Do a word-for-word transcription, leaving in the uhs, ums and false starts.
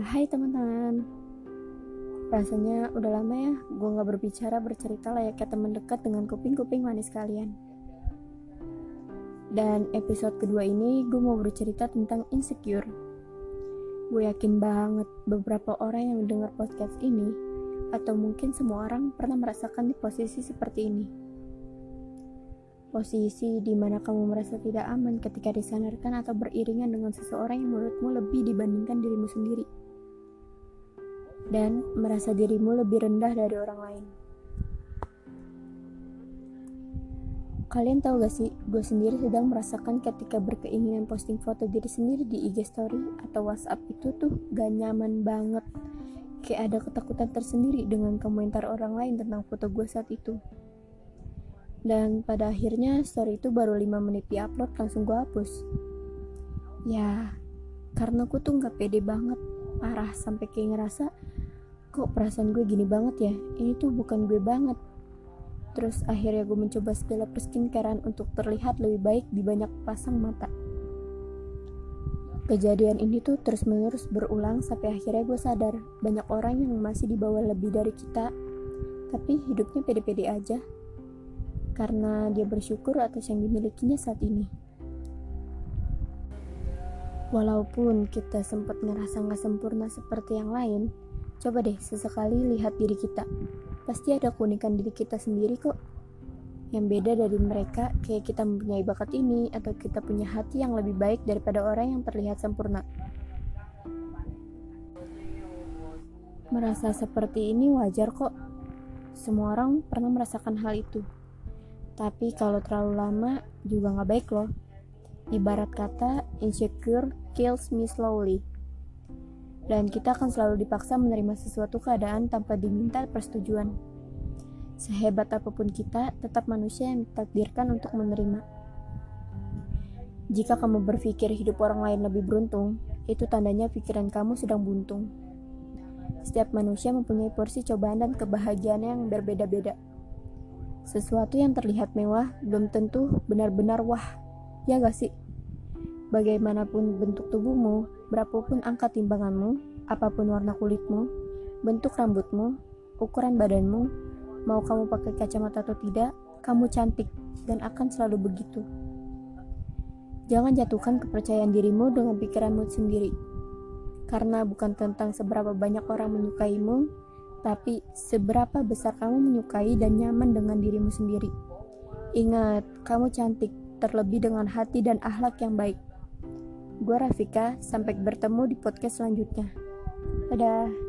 Hai teman-teman, rasanya udah lama ya gue gak berbicara bercerita layaknya teman dekat dengan kuping-kuping manis kalian. Dan episode kedua ini gue mau bercerita tentang insecure. Gue yakin banget beberapa orang yang mendengar podcast ini, atau mungkin semua orang pernah merasakan di posisi seperti ini. Posisi di mana kamu merasa tidak aman ketika disandarkan atau beriringan dengan seseorang yang menurutmu lebih dibandingkan dirimu sendiri. Dan merasa dirimu lebih rendah dari orang lain. Kalian tahu gak sih, gue sendiri sedang merasakan ketika berkeinginan posting foto diri sendiri di I G story atau WhatsApp itu tuh gak nyaman banget. Kayak ada ketakutan tersendiri dengan komentar orang lain tentang foto gue saat itu. Dan pada akhirnya story itu baru lima menit di-upload langsung gue hapus. Ya, karena gue tuh gak pede banget, parah sampai kayak ngerasa kok perasaan gue gini banget ya, ini tuh bukan gue banget. Terus akhirnya gue mencoba segala perskincarean untuk terlihat lebih baik di banyak pasang mata. Kejadian ini tuh terus menerus berulang sampai akhirnya gue sadar banyak orang yang masih di bawah lebih dari kita, tapi hidupnya pede-pede aja karena dia bersyukur atas yang dimilikinya saat ini. Walaupun kita sempat ngerasa gak sempurna seperti yang lain, coba deh sesekali lihat diri kita. Pasti ada keunikan diri kita sendiri kok. Yang beda dari mereka, kayak kita mempunyai bakat ini, atau kita punya hati yang lebih baik daripada orang yang terlihat sempurna. Merasa seperti ini wajar kok. Semua orang pernah merasakan hal itu. Tapi kalau terlalu lama juga gak baik loh. Ibarat kata, insecure kills me slowly. Dan kita akan selalu dipaksa menerima sesuatu keadaan tanpa diminta persetujuan. Sehebat apapun kita, tetap manusia yang ditakdirkan untuk menerima. Jika kamu berpikir hidup orang lain lebih beruntung, itu tandanya pikiran kamu sedang buntung. Setiap manusia mempunyai porsi cobaan dan kebahagiaan yang berbeda-beda. Sesuatu yang terlihat mewah belum tentu benar-benar wah, ya gak sih? Bagaimanapun bentuk tubuhmu, berapapun angka timbanganmu, apapun warna kulitmu, bentuk rambutmu, ukuran badanmu, mau kamu pakai kacamata atau tidak, kamu cantik dan akan selalu begitu. Jangan jatuhkan kepercayaan dirimu dengan pikiranmu sendiri. Karena bukan tentang seberapa banyak orang menyukaimu, tapi seberapa besar kamu menyukai dan nyaman dengan dirimu sendiri. Ingat, kamu cantik, terlebih dengan hati dan akhlak yang baik. Gue Rafika, sampai bertemu di podcast selanjutnya. Dadah.